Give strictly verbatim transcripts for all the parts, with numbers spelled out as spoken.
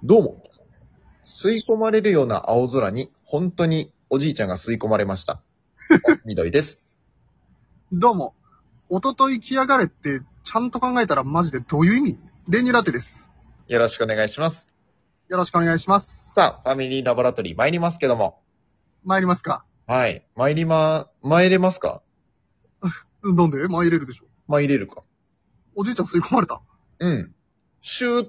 どうも。吸い込まれるような青空に、本当におじいちゃんが吸い込まれました。緑です。 どうも。おととい来やがれって、ちゃんと考えたらマジでどういう意味？練乳ラテです。 よろしくお願いします。 よろしくお願いします。 さあ、ファミリーラボラトリー参りますけども。 参りますか。 はい。参りま、参れますか？ なんで参れるでしょ。 参れるか。 おじいちゃん吸い込まれた。 うん。シューって。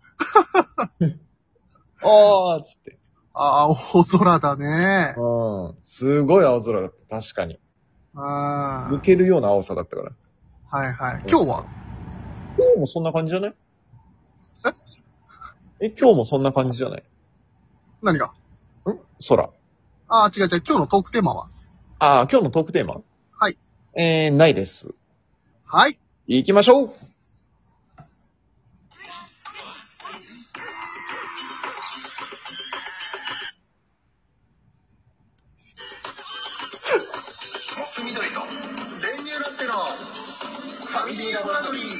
あーっつって。 ああ、青空だね。 うん。すごい青空だった。確かに。 ああ。 抜けるような青さだったから。 はいはい。今日は今日もそんな感じじゃない？ええ、今日もそんな感じじゃない？ 何が？ ん空。 ああ、違う違う。今日のトークテーマはああ、今日のトークテーマ？ はい。 えー、ないです。 はい。 行きましょう。 モス緑と練乳ラテのファミリーラボラトリー。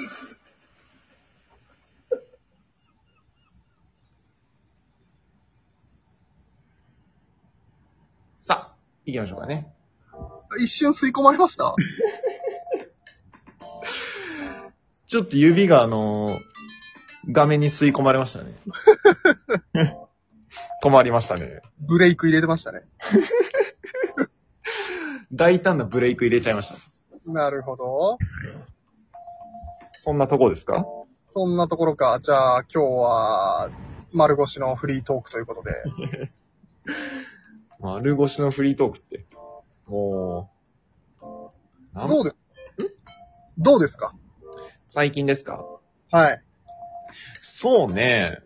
さあ、行きましょうかね。 一瞬吸い込まれました？ ちょっと指があのー、画面に吸い込まれましたね。困りましたね。 ブレイク入れてましたね。 大胆なブレイク入れちゃいました。 なるほど。 そんなとこですか？ そんなところか。じゃあ今日は丸腰のフリートークということで。 丸腰のフリートークって。もう、なんどうですどうですか？ 最近ですか？ はい。 そうね。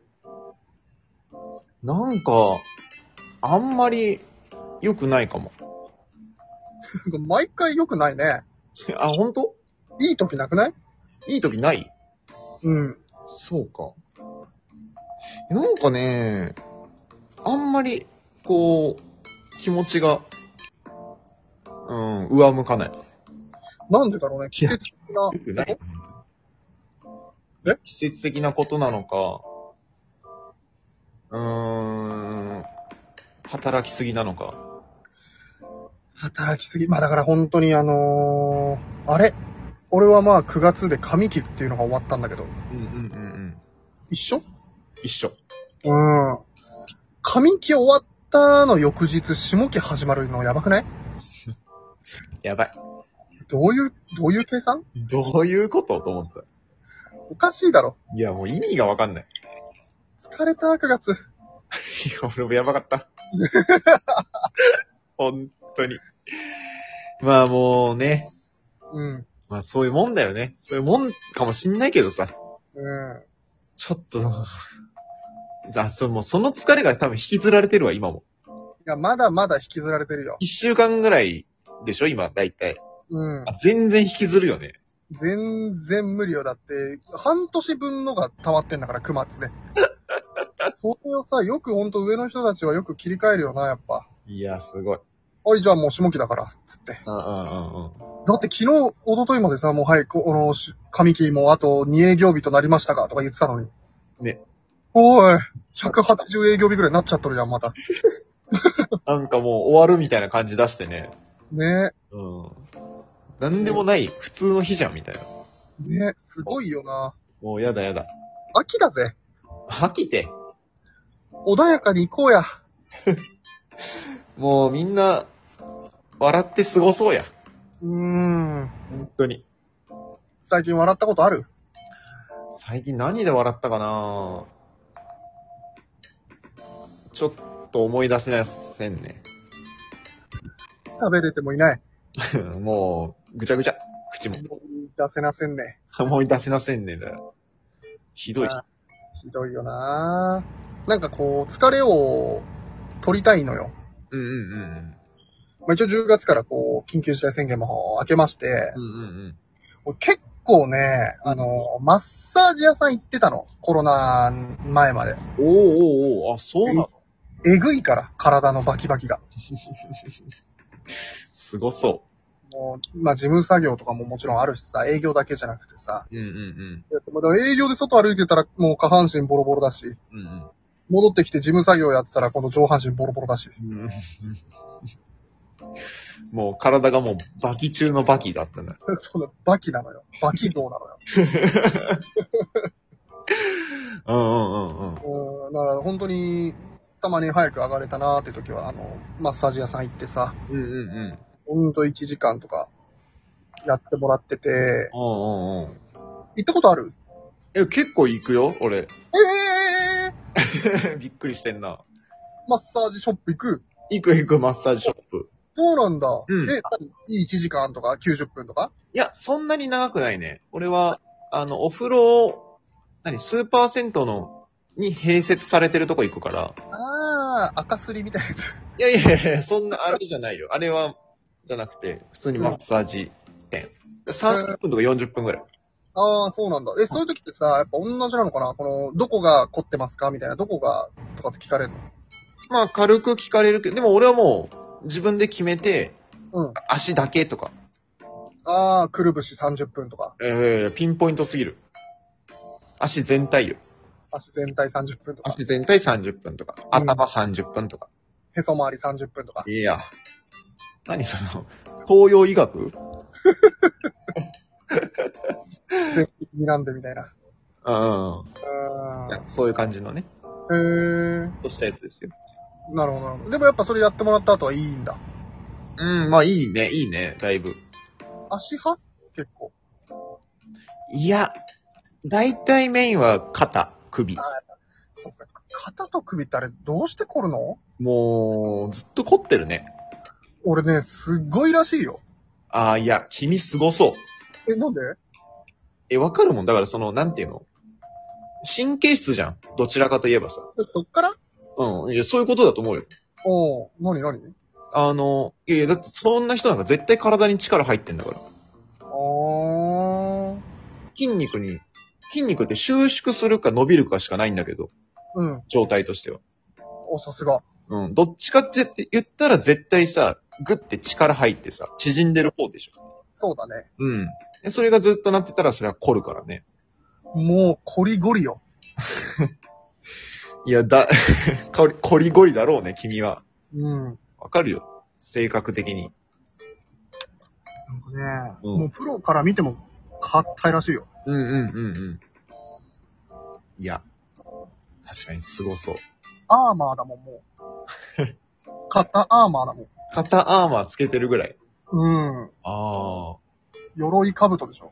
なんか、あんまり良くないかも。 毎回良くないね。 あ、ほんと？ いい時なくない？ いい時ない？ うん。 そうか。なんかね、あんまり、こう、気持ちが、うん、上向かない。 なんでだろうね。季節的な。 良くない。 え？ 季節的なことなのか、うーん、働きすぎなのか。 働きすぎ。まあだから本当にあのー、あれ俺はまあくがつで上期っていうのが終わったんだけど。 うんうんうんうん。 一緒？ 一緒。 うん。上期終わったの翌日、下期始まるのやばくない？ やばい。 どういう、どういう計算？ どういうことと思った。 おかしいだろ。 いや、もう意味がわかんない。 疲れた、くがつ。 いや、俺もやばかった。本当に。まあもうね。 うん。 まあそういうもんだよね。そういうもんかもしんないけどさ。 うん。 ちょっと、あ、そう、もうその疲れが多分引きずられてるわ、今も。 いや、まだまだ引きずられてるよ。 一週間ぐらいでしょ、今、だいたい。 うん。 あ、全然引きずるよね。 全然無理よ。だって、半年分のが溜まってんだから、くがつで。それをさ、よくほんと上の人たちはよく切り替えるよな、やっぱ。 いや、すごい。 はい、じゃあもう下期だから、つって。 うんうんうんうん。 だって昨日、一昨日までさ、もうはい、この、上期もあとに営業日となりましたかとか言ってたのに。 ね。 おい、ひゃくはちじゅう営業日ぐらいになっちゃっとるじゃん、また。 なんかもう終わるみたいな感じ出してね。 ねうん。なんでもない普通の日じゃんみたいな。 ねすごいよな。 もうやだやだ。 秋だぜ。 飽きて。 穏やかに行こうや。 もうみんな、笑って過ごそうや。 うーん。 本当に。 最近笑ったことある？ 最近何で笑ったかな？ちょっと思い出せませんね。 食べれてもいない。 もう、ぐちゃぐちゃ。口も。 思い出せなせんね。 思い出せなせんねんだよ。ひどい。 あひどいよな。なんかこう、疲れを取りたいのよ。 うんうんうんうん。 まあ、一応じゅうがつからこう、緊急事態宣言も明けまして、 うんうんうん。 俺結構ね、あの、マッサージ屋さん行ってたの。コロナ前まで。 おーおーおー、あ、そうなの？ えぐいから、体のバキバキが。 すごそもう、まあ、事務作業とかももちろんあるしさ、営業だけじゃなくてさ。 う。うんうんいやまあだから営業で外歩いてたらもう下半身ボロボロだし、 うん。うんうん。 戻ってきて事務作業やってたら、この上半身ボロボロだし。 うんもう体がもうバキ中のバキだったんだ。 そうだ、バキなのよ。バキ道なのよ。 うんうんうんうん。 うん、だから本当に、たまに早く上がれたなーって時は、あの、マッサージ屋さん行ってさ、 うんうんうん。 ほんといちじかんとか、やってもらってて、 うんうんうん。 行ったことある？ え、結構行くよ、俺。 ええびっくりしてんな。 ー、マッサージショップ行く？ 行く行くマッサージショップ。 そうなんだ。 うんえ、何いいいちじかんとかきゅうじゅっぷんとか？ いや、そんなに長くないね。俺は、あの、お風呂、何、スーパー銭湯の、に併設されてるとこ行くから。 あー、赤すりみたいなやつ。 いやいやいや、そんな、あれじゃないよ。あれは、じゃなくて、普通にマッサージ店。さんじゅっぷんとかよんじゅっぷんぐらい。 あー、そうなんだ。え、そういう時ってさ、やっぱ同じなのかな？この、どこが凝ってますかみたいな、どこが、とかって聞かれるの？ まあ、軽く聞かれるけど、でも俺はもう、自分で決めて、 うん。 足だけとか、 あー、くるぶしさんじゅっぷんとか、 えー、ピンポイントすぎる。足全体よ。 足全体さんじゅっぷんとか、 足全体さんじゅっぷんとか、 うん頭さんじゅっぷんとか。 へそ周りさんじゅっぷんとか。 いや。何その、東洋医学全部睨んでみたいな。 うん。 ういやそういう感じのね、 ーん。へとしたやつですよ。 ー、なるほどなるほど。でもやっぱそれやってもらった後はいいんだ。 うん、まあいいね、いいね、だいぶ。 足派？結構。 いや、だいたいメインは肩、首。 そっか。肩と首ってあれどうして凝るの？ もう、ずっと凝ってるね。 俺ね、すっごいらしいよ。 ああ、いや、君すごそう。 え、なんで？ え、わかるもん。だからその、なんていうの神経質じゃん。どちらかといえばさ。 えそっから？ うん。いや、そういうことだと思うよ。 おー、なになに？ あの、いやいや、だってそんな人なんか絶対体に力入ってんだから。 あー。 筋肉に、筋肉って収縮するか伸びるかしかないんだけど、 うん。 状態としては。 お、さすが。 うん。どっちかって言ったら絶対さ、グッて力入ってさ、縮んでる方でしょ。 そうだね。 うん。でそれがずっとなってたらそれは凝るからね。 もう、コリゴリよ。 いや、だ、こり、こりごりだろうね、君は。 うん。 わかるよ。性格的に。 なんかね、 うんもうプロから見ても、硬いらしいよ。 うんうんうんうん。いや、確かにすごそう。 アーマーだもん、もう。肩アーマーだもん。 肩アーマーつけてるぐらい。 うん。 ああ。 鎧兜でしょ。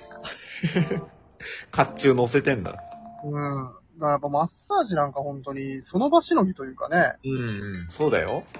甲冑乗せてんだ。 うん。だからやっぱマッサージなんか本当に、その場しのぎというかね。 うんうん。そうだよ。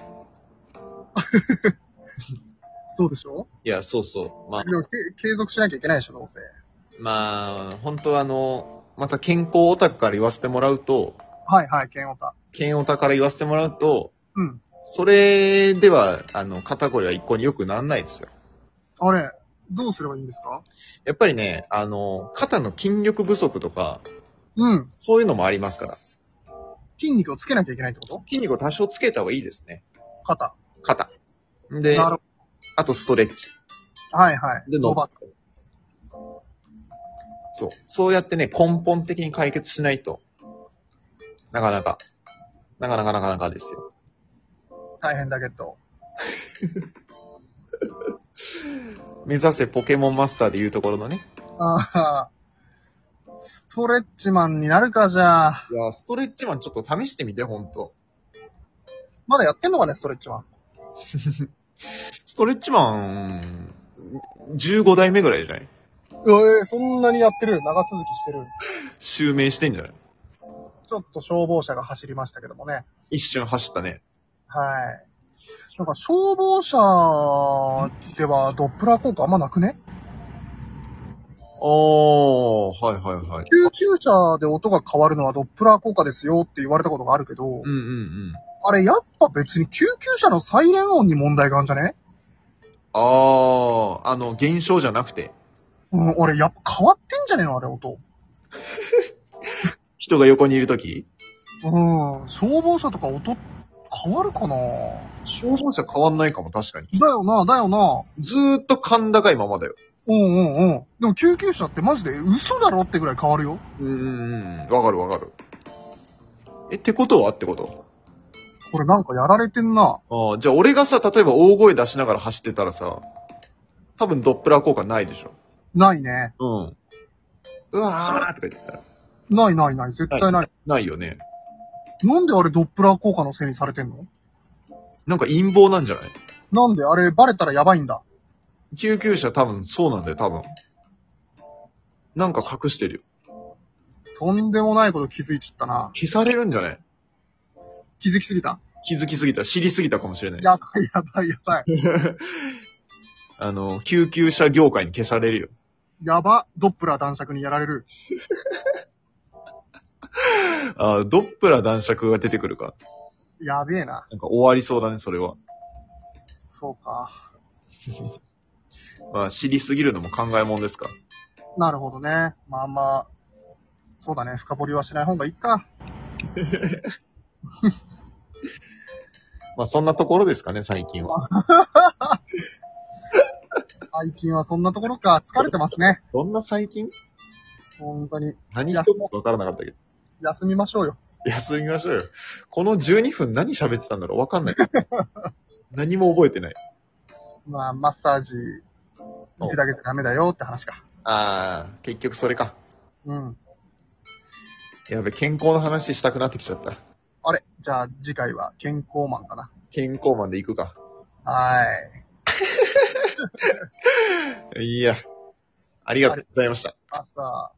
そうでしょ？ いや、そうそう。まあ、 でもけ継続しなきゃいけないでしょ、どうせ。 まあ、本当はあの、また健康オタクから言わせてもらうと、 はいはい、剣オタ。 健オタから言わせてもらうと、 うん。 それでは、あの、肩こりは一向に良くならないですよ。 あれ、どうすればいいんですか？ やっぱりね、あの、肩の筋力不足とか、 うん。 そういうのもありますから。 筋肉をつけなきゃいけないってこと？ 筋肉を多少つけた方がいいですね。 肩。 肩。で、 なるあとストレッチ。 はいはい。 で、伸ば伸ばす。 そう。そうやってね、根本的に解決しないと、なかなか、なかなかなかなかですよ。 大変だけど。 目指せポケモンマスターで言うところのね。 ああ。ストレッチマンになるか、じゃあ。 いや、ストレッチマンちょっと試してみて、ほんと。 まだやってんのかね、ストレッチマン。 ストレッチマン、じゅうごだいめぐらいじゃない？ ええ、そんなにやってる。長続きしてる。 襲名してんじゃない？ ちょっと消防車が走りましたけどもね。 一瞬走ったね。 はい。なんか消防車ではドップラー効果あんまなくね？ あー、はいはいはい。 救急車で音が変わるのはドップラー効果ですよって言われたことがあるけど、 うんうんうん。 あれやっぱ別に救急車のサイレン音に問題があるんじゃね？ あー、あの、現象じゃなくて、 うん、俺やっぱ変わってんじゃねえのあれ音。 人が横にいるときうん。消防車とか音変わるかな？ 消防車変わんないかも、確かに。 だよな、だよな。 ずーっと甲高いままだよ。 うんうんうん。でも救急車ってマジで嘘だろってぐらい変わるよ。 うんうんうん。わかるわかる。 え、ってことはってことこれなんかやられてんな。 ああ、じゃあ俺がさ、例えば大声出しながら走ってたらさ、多分ドップラー効果ないでしょ。 ないね。 うん。うわーとか言ってたら。 ないないない。絶対ない。 ないよね。 なんであれドップラー効果のせいにされてんの？ なんか陰謀なんじゃない？ なんであれバレたらやばいんだ。 救急車多分そうなんだよ、多分。なんか隠してるよ。 とんでもないこと気づいちゃったな。 消されるんじゃない？ 気づきすぎた。 気づきすぎた、知りすぎたかもしれない。 やばいやばいやばい。 あの、救急車業界に消されるよ。 やば。ドップラー男爵にやられる。 あドップラー男爵が出てくるか。 やべえな。 なんか終わりそうだね、それは。 そうか。 まあ、知りすぎるのも考えもんですか。 なるほどね。まあまあ、そうだね。深掘りはしない方がいいか。 まあ、そんなところですかね、最近は。 最近はそんなところか。疲れてますね。 どんな最近？ 本当に。 何一つ分からなかったけど。 休みましょうよ。 休みましょうよ。このじゅうにふん何喋ってたんだろう分かんない。何も覚えてない。 まあ、マッサージ行くだけじゃダメだよって話か。 ああ、結局それか。 うん。 やべ、健康の話したくなってきちゃった。 あれじゃあ次回は健康マンかな。 健康マンで行くか。 はーい。 いや。ありがとうございました。 朝。